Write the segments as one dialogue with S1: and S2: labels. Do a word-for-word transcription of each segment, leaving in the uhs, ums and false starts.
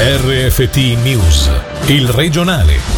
S1: R F T News, il regionale.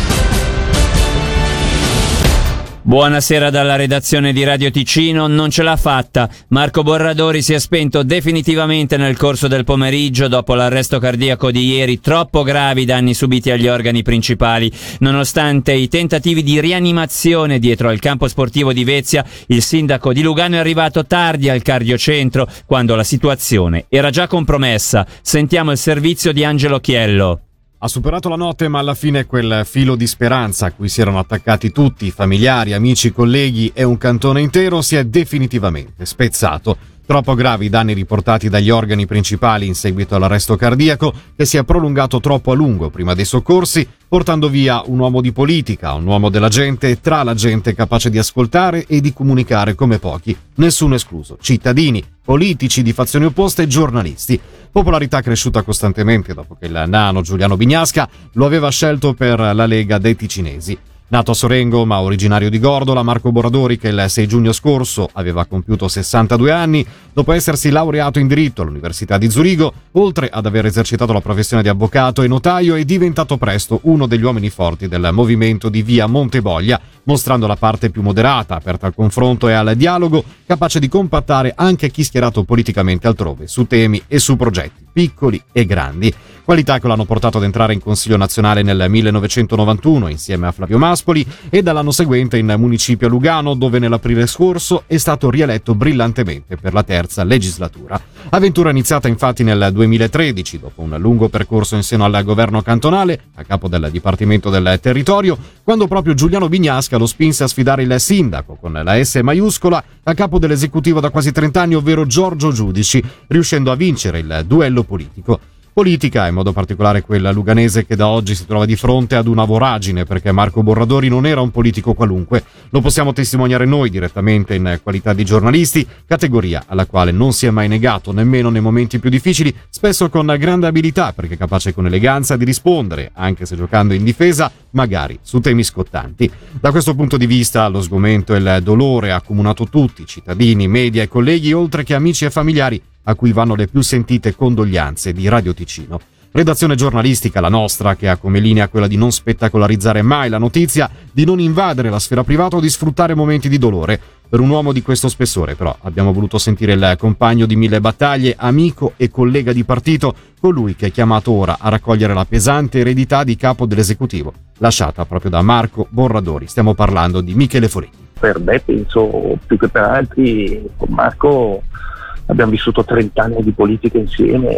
S2: Buonasera dalla redazione di Radio Ticino. Non ce l'ha fatta. Marco Borradori si è spento definitivamente nel corso del pomeriggio dopo l'arresto cardiaco di ieri. Troppo gravi i danni subiti agli organi principali. Nonostante i tentativi di rianimazione dietro al campo sportivo di Vezia, il sindaco di Lugano è arrivato tardi al cardiocentro quando la situazione era già compromessa. Sentiamo il servizio di Angelo Chiello.
S3: Ha superato la notte, ma alla fine quel filo di speranza a cui si erano attaccati tutti, familiari, amici, colleghi e un cantone intero, si è definitivamente spezzato. Troppo gravi i danni riportati dagli organi principali in seguito all'arresto cardiaco, che si è prolungato troppo a lungo prima dei soccorsi, portando via un uomo di politica, un uomo della gente, tra la gente, capace di ascoltare e di comunicare come pochi, nessuno escluso, cittadini, politici di fazioni opposte e giornalisti. Popolarità cresciuta costantemente dopo che il nano Giuliano Bignasca lo aveva scelto per la Lega dei Ticinesi. Nato a Sorengo ma originario di Gordola, Marco Borradori, che il sei giugno scorso aveva compiuto sessantadue anni, dopo essersi laureato in diritto all'Università di Zurigo, oltre ad aver esercitato la professione di avvocato e notaio, è diventato presto uno degli uomini forti del movimento di Via Monteboglia, mostrando la parte più moderata, aperta al confronto e al dialogo, capace di compattare anche chi schierato politicamente altrove, su temi e su progetti, piccoli e grandi. Qualità che l'hanno portato ad entrare in Consiglio nazionale nel millenovecentonovantuno insieme a Flavio Maspoli e dall'anno seguente in Municipio a Lugano, dove nell'aprile scorso è stato rieletto brillantemente per la terza legislatura. Avventura iniziata infatti nel duemilatredici, dopo un lungo percorso in seno al governo cantonale, a capo del Dipartimento del Territorio, quando proprio Giuliano Bignasca lo spinse a sfidare il sindaco, con la S maiuscola, a capo dell'esecutivo da quasi trenta anni, ovvero Giorgio Giudici, riuscendo a vincere il duello politico. Politica, in modo particolare quella luganese, che da oggi si trova di fronte ad una voragine, perché Marco Borradori non era un politico qualunque. Lo possiamo testimoniare noi direttamente in qualità di giornalisti, categoria alla quale non si è mai negato nemmeno nei momenti più difficili, spesso con grande abilità, perché capace con eleganza di rispondere, anche se giocando in difesa, magari su temi scottanti. Da questo punto di vista lo sgomento e il dolore ha accomunato tutti, cittadini, media e colleghi, oltre che amici e familiari, a cui vanno le più sentite condoglianze di Radio Ticino. Redazione giornalistica, la nostra, che ha come linea quella di non spettacolarizzare mai la notizia, di non invadere la sfera privata o di sfruttare momenti di dolore. Per un uomo di questo spessore, però, abbiamo voluto sentire il compagno di mille battaglie, amico e collega di partito, colui che è chiamato ora a raccogliere la pesante eredità di capo dell'esecutivo, lasciata proprio da Marco Borradori. Stiamo parlando di Michele Forini.
S4: Per me, penso più che per altri, con Marco abbiamo vissuto trenta anni di politica insieme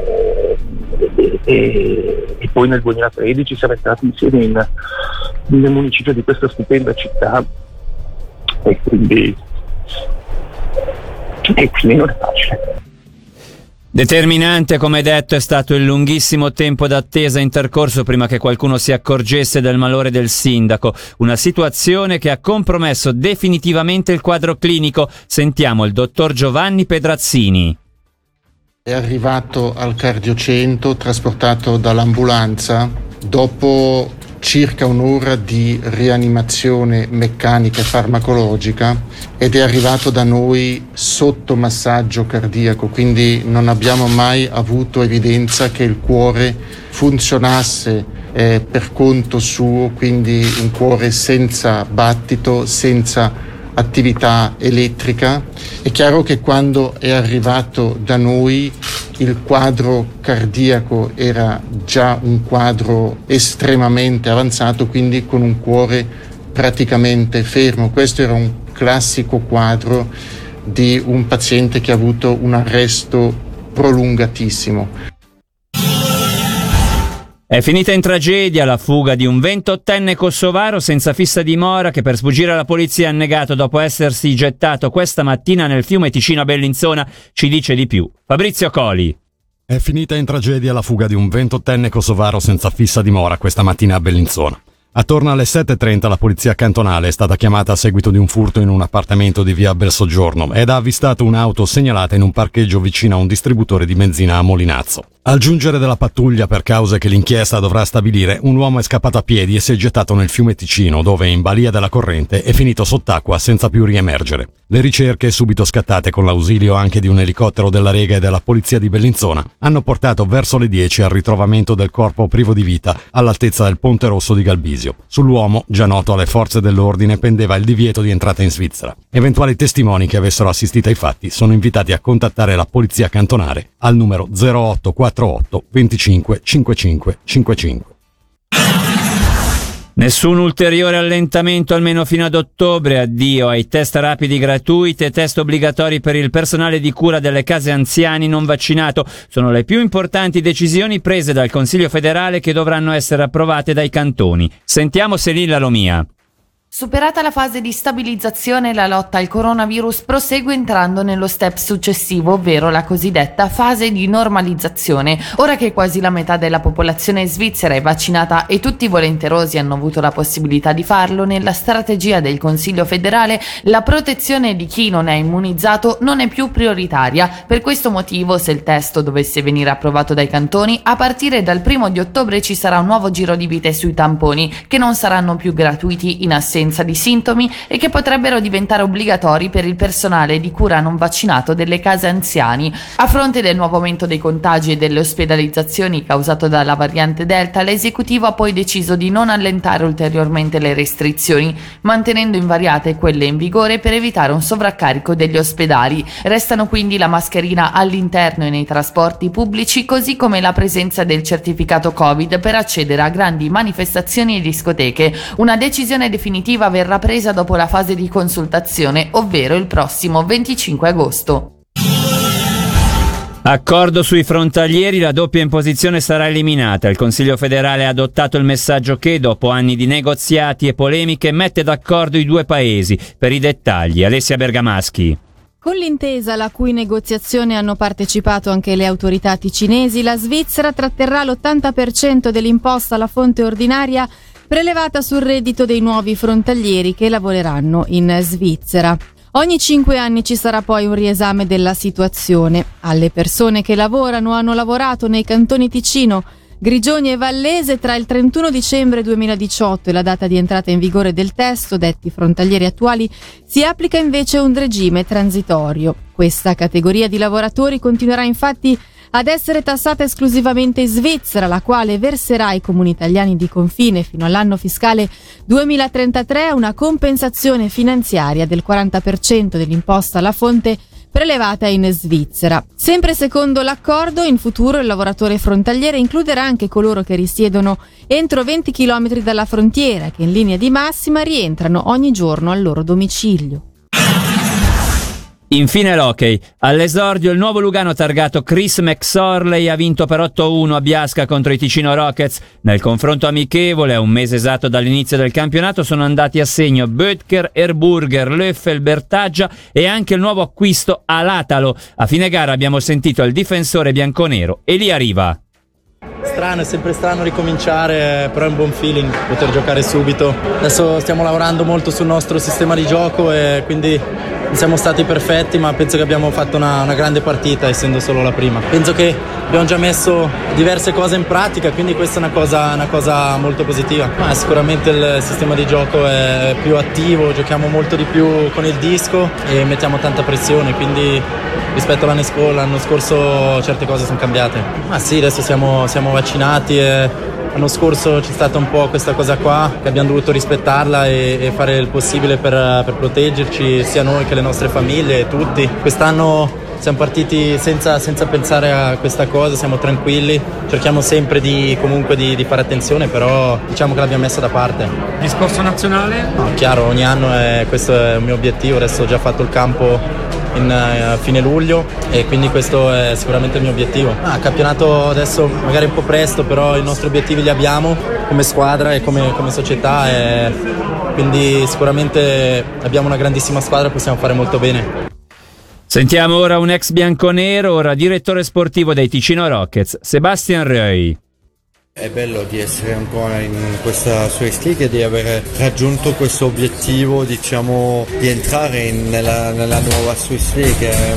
S4: e, e, e poi nel duemilatredici siamo entrati insieme in, nel municipio di questa stupenda città e quindi, e quindi non è facile.
S2: Determinante, come detto, è stato il lunghissimo tempo d'attesa intercorso prima che qualcuno si accorgesse del malore del sindaco, una situazione che ha compromesso definitivamente il quadro clinico. Sentiamo il dottor Giovanni Pedrazzini.
S5: È arrivato al cardiocentro, trasportato dall'ambulanza, dopo circa un'ora di rianimazione meccanica e farmacologica, ed è arrivato da noi sotto massaggio cardiaco, quindi non abbiamo mai avuto evidenza che il cuore funzionasse eh, per conto suo, quindi un cuore senza battito, senza attività elettrica. È chiaro che quando è arrivato da noi il quadro cardiaco era già un quadro estremamente avanzato, quindi con un cuore praticamente fermo. Questo era un classico quadro di un paziente che ha avuto un arresto prolungatissimo.
S2: È finita in tragedia la fuga di un ventottenne kosovaro senza fissa dimora che per sfuggire alla polizia ha annegato dopo essersi gettato questa mattina nel fiume Ticino a Bellinzona. Ci dice di più Fabrizio Coli.
S6: È finita in tragedia la fuga di un ventottenne kosovaro senza fissa dimora questa mattina a Bellinzona. Attorno alle sette e trenta la polizia cantonale è stata chiamata a seguito di un furto in un appartamento di via Belsoggiorno ed ha avvistato un'auto segnalata in un parcheggio vicino a un distributore di benzina a Molinazzo. Al giungere della pattuglia per cause che l'inchiesta dovrà stabilire, un uomo è scappato a piedi e si è gettato nel fiume Ticino, dove in balia della corrente è finito sott'acqua senza più riemergere. Le ricerche, subito scattate con l'ausilio anche di un elicottero della Rega e della polizia di Bellinzona, hanno portato verso le dieci al ritrovamento del corpo privo di vita all'altezza del Ponte Rosso di Galbisio. Sull'uomo, già noto alle forze dell'ordine, pendeva il divieto di entrata in Svizzera. Eventuali testimoni che avessero assistito ai fatti sono invitati a contattare la polizia cantonale al numero zero otto quattro otto venticinque cinquantacinque cinquantacinque.
S2: Nessun ulteriore allentamento almeno fino ad ottobre, addio ai test rapidi gratuiti e test obbligatori per il personale di cura delle case anziani non vaccinato. Sono le più importanti decisioni prese dal Consiglio federale che dovranno essere approvate dai cantoni. Sentiamo Selilla Lomia.
S7: Superata la fase di stabilizzazione, la lotta al coronavirus prosegue entrando nello step successivo, ovvero la cosiddetta fase di normalizzazione. Ora che quasi la metà della popolazione svizzera è vaccinata e tutti i volenterosi hanno avuto la possibilità di farlo, nella strategia del Consiglio federale la protezione di chi non è immunizzato non è più prioritaria. Per questo motivo, se il testo dovesse venire approvato dai cantoni, a partire dal primo di ottobre ci sarà un nuovo giro di vite sui tamponi, che non saranno più gratuiti in assenza di sintomi e che potrebbero diventare obbligatori per il personale di cura non vaccinato delle case anziani. A fronte del nuovo aumento dei contagi e delle ospedalizzazioni causato dalla variante Delta, l'esecutivo ha poi deciso di non allentare ulteriormente le restrizioni, mantenendo invariate quelle in vigore per evitare un sovraccarico degli ospedali. Restano quindi la mascherina all'interno e nei trasporti pubblici, così come la presenza del certificato Covid per accedere a grandi manifestazioni e discoteche. Una decisione definitiva verrà presa dopo la fase di consultazione, ovvero il prossimo venticinque agosto.
S2: Accordo sui frontalieri, la doppia imposizione sarà eliminata. Il Consiglio federale ha adottato il messaggio che, dopo anni di negoziati e polemiche, mette d'accordo i due paesi. Per i dettagli, Alessia Bergamaschi.
S8: Con l'intesa, alla cui negoziazione hanno partecipato anche le autorità ticinesi, la Svizzera tratterrà l'ottanta per cento dell'imposta alla fonte ordinaria prelevata sul reddito dei nuovi frontalieri che lavoreranno in Svizzera. Ogni cinque anni ci sarà poi un riesame della situazione. Alle persone che lavorano o hanno lavorato nei cantoni Ticino, Grigioni e Vallese tra il trentuno dicembre duemiladiciotto e la data di entrata in vigore del testo, detti frontalieri attuali, si applica invece un regime transitorio. Questa categoria di lavoratori continuerà infatti ad essere tassata esclusivamente in Svizzera, la quale verserà ai comuni italiani di confine fino all'anno fiscale duemilatrentatré una compensazione finanziaria del quaranta per cento dell'imposta alla fonte prelevata in Svizzera. Sempre secondo l'accordo, in futuro il lavoratore frontaliere includerà anche coloro che risiedono entro venti chilometri dalla frontiera, che in linea di massima rientrano ogni giorno al loro domicilio.
S2: Infine l'hockey. All'esordio il nuovo Lugano targato Chris McSorley ha vinto per otto a uno a Biasca contro i Ticino Rockets. Nel confronto amichevole, a un mese esatto dall'inizio del campionato, sono andati a segno Böttger, Erburger, Löffel, Bertaggia e anche il nuovo acquisto Alatalo. A fine gara abbiamo sentito il difensore bianconero Elia Riva.
S9: Strano, è sempre strano ricominciare, però è un buon feeling poter giocare subito. Adesso stiamo lavorando molto sul nostro sistema di gioco e quindi non siamo stati perfetti, ma penso che abbiamo fatto una, una grande partita, essendo solo la prima. Penso che abbiamo già messo diverse cose in pratica, quindi questa è una cosa, una cosa molto positiva. Ma sicuramente il sistema di gioco è più attivo, giochiamo molto di più con il disco e mettiamo tanta pressione, quindi rispetto all'anno scorso, l'anno scorso certe cose sono cambiate. Ma sì, adesso siamo, siamo vaccinati e l'anno scorso c'è stata un po' questa cosa qua che abbiamo dovuto rispettarla e, e fare il possibile per, per proteggerci, sia noi che le nostre famiglie, tutti. Quest'anno siamo partiti senza, senza pensare a questa cosa, siamo tranquilli, cerchiamo sempre di, comunque di, di fare attenzione, però diciamo che l'abbiamo messa da parte.
S10: Discorso nazionale?
S9: No, chiaro, ogni anno è, questo è il mio obiettivo, adesso ho già fatto il campo in uh, fine luglio e quindi questo è sicuramente il mio obiettivo. Ah, campionato adesso magari un po' presto, però i nostri obiettivi li abbiamo come squadra e come, come società e quindi sicuramente abbiamo una grandissima squadra e possiamo fare molto bene.
S2: Sentiamo ora un ex bianconero, ora direttore sportivo dei Ticino Rockets, Sebastian Röy.
S11: È bello di essere ancora in questa Swiss League e di aver raggiunto questo obiettivo, diciamo, di entrare in, nella, nella nuova Swiss League.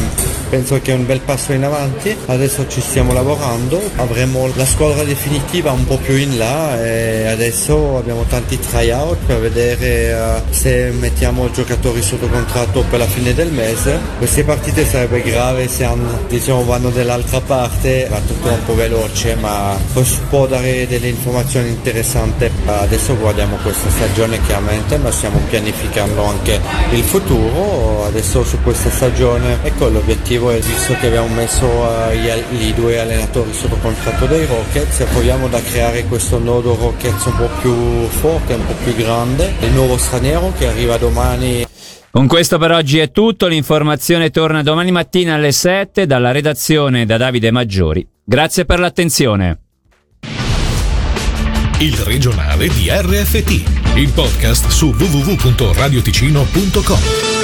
S11: penso che è un bel passo in avanti, adesso ci stiamo lavorando, avremo la squadra definitiva un po' più in là e adesso abbiamo tanti tryout per vedere uh, se mettiamo giocatori sotto contratto per la fine del mese. Queste partite sarebbe grave se hanno, diciamo, vanno dall'altra parte, va tutto un po' veloce, ma può dare delle informazioni interessanti. Adesso guardiamo questa stagione chiaramente, ma stiamo pianificando anche il futuro. Adesso su questa stagione, ecco, l'obiettivo è, visto che abbiamo messo uh, gli, i due allenatori sotto contratto dei Rockets, proviamo da creare questo nodo Rockets un po' più forte, un po' più grande, il nuovo straniero che arriva domani.
S2: Con questo per oggi è tutto, l'informazione torna domani mattina alle sette dalla redazione da Davide Maggiori. Grazie per l'attenzione.
S1: Il regionale di R F T, il podcast su w w w punto radioticino punto com.